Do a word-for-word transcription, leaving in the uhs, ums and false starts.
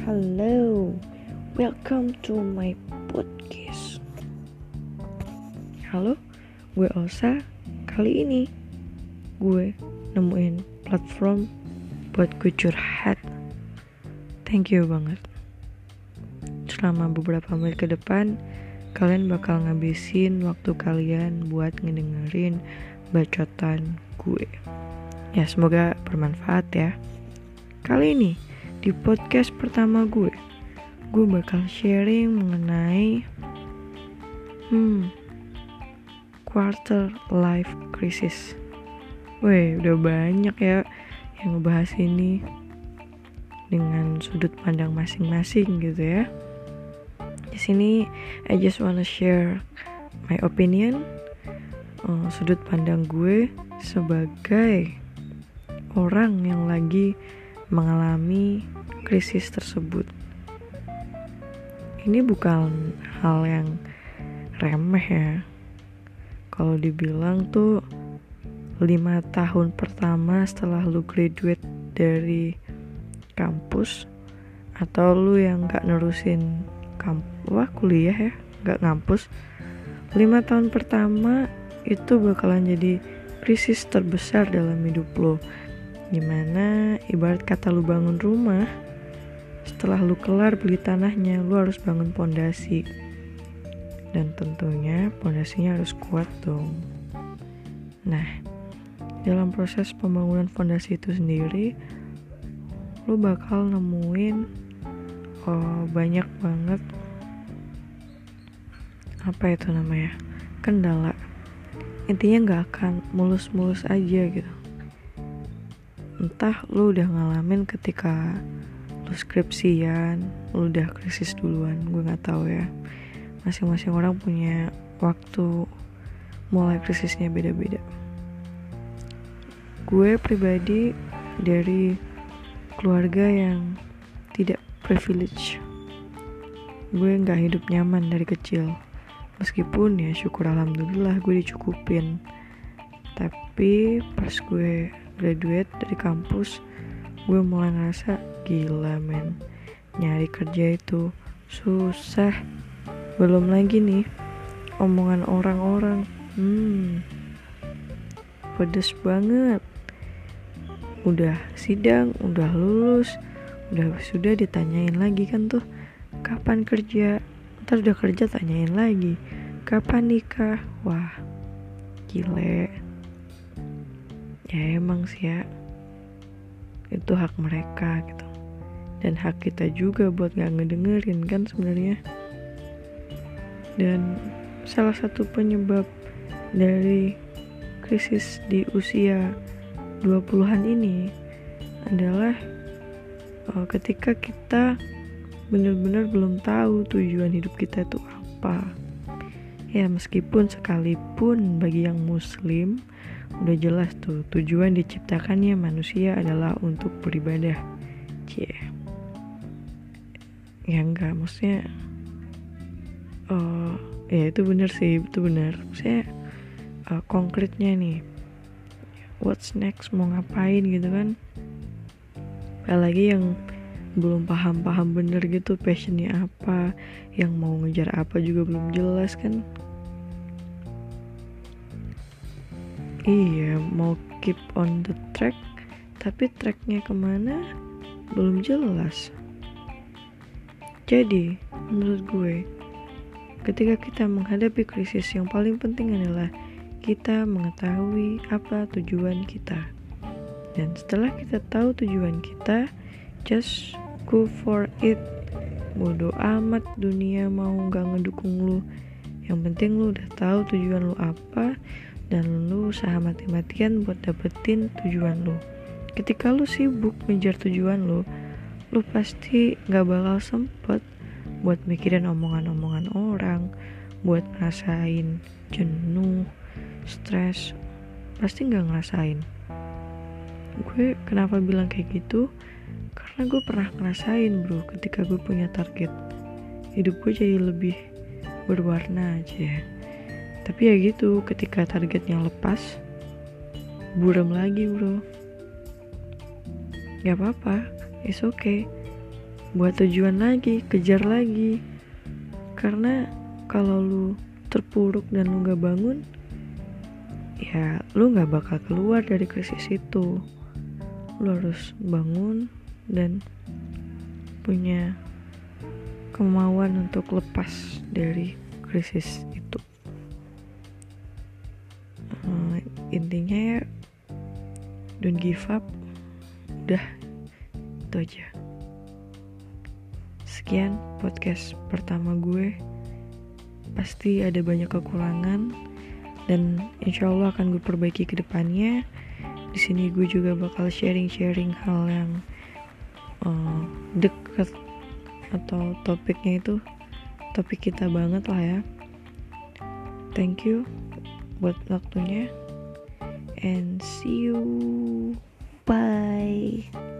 Hello, welcome to my podcast. Halo, gue Osa. Kali ini gue nemuin platform buat gue curhat. Thank you banget. Selama beberapa menit ke depan, kalian bakal ngabisin waktu kalian buat ngedengerin bacotan gue. Ya, semoga bermanfaat ya. Kali ini di podcast pertama gue, gue bakal sharing mengenai hmm, quarter life crisis. Weh, udah banyak ya yang ngebahas ini dengan sudut pandang masing-masing gitu ya. Di sini I just wanna share my opinion, uh, sudut pandang gue sebagai orang yang lagi mengalami krisis tersebut. Ini bukan hal yang remeh ya. Kalau dibilang tuh lima tahun pertama setelah lu graduate dari kampus, atau lu yang gak nerusin kamp- wah, kuliah ya, gak ngampus, lima tahun pertama itu bakalan jadi krisis terbesar dalam hidup lo. Gimana ibarat kata lu bangun rumah, setelah lu kelar beli tanahnya, lu harus bangun pondasi. Dan tentunya pondasinya harus kuat dong. Nah, dalam proses pembangunan fondasi itu sendiri, lu bakal nemuin oh, banyak banget apa itu namanya, kendala. Intinya gak akan mulus-mulus aja gitu. Entah lu udah ngalamin ketika lu skripsian, lu udah krisis duluan, gue gak tahu ya. Masing-masing orang punya waktu mulai krisisnya beda-beda. Gue pribadi dari keluarga yang tidak privilege. Gue gak hidup nyaman dari kecil. Meskipun ya syukur alhamdulillah gue dicukupin. Tapi pas gue graduate dari kampus, gue mulai ngerasa gila men, nyari kerja itu susah. Belum lagi nih omongan orang-orang, hmm pedes banget. Udah sidang, udah lulus, udah sudah ditanyain lagi kan tuh, kapan kerja? Ntar udah kerja tanyain lagi, kapan nikah? Wah, gile. Ya emang sih ya, itu hak mereka gitu, dan hak kita juga buat gak ngedengerin kan sebenarnya. Dan salah satu penyebab dari krisis di usia dua puluhan ini adalah uh, ketika kita benar-benar belum tahu tujuan hidup kita itu apa. Ya meskipun sekalipun bagi yang muslim udah jelas tuh tujuan diciptakannya manusia adalah untuk beribadah. Cie. Ya enggak, maksudnya uh, ya itu benar sih, itu benar. Maksudnya uh, konkretnya nih, what's next, mau ngapain gitu kan. Apalagi yang belum paham-paham bener gitu passionnya apa, yang mau ngejar apa juga belum jelas kan. Iya, mau keep on the track, tapi tracknya kemana belum jelas. Jadi, menurut gue, ketika kita menghadapi krisis, yang paling penting adalah kita mengetahui apa tujuan kita. Dan setelah kita tahu tujuan kita, just go for it. Bodo amat dunia mau gak ngedukung lu. Yang penting lu udah tahu tujuan lu apa, dan lu usaha mati-matian buat dapetin tujuan lu. Ketika lu sibuk ngejar tujuan lu, lu pasti gak bakal sempet buat mikirin omongan-omongan orang, buat ngerasain jenuh, stres. Pasti gak ngerasain. Gue kenapa bilang kayak gitu? Karena gue pernah ngerasain bro, ketika gue punya target, hidup gue jadi lebih berwarna aja. Tapi ya gitu, ketika targetnya lepas, buram lagi bro. Gak apa-apa, it's okay. buat tujuan lagi, kejar lagi. Karena kalau lu terpuruk dan lu gak bangun, ya lu gak bakal keluar dari krisis itu. Lu harus bangun dan punya kemauan untuk lepas dari krisis itu. uh, Intinya ya, don't give up. Udah, itu aja. Sekian podcast pertama gue. Pasti ada banyak kekurangan dan insya Allah akan gue perbaiki ke depannya. Di sini gue juga bakal sharing-sharing hal yang uh, deket atau topiknya itu topik kita banget lah ya. Thank you buat waktunya and see you. Bye.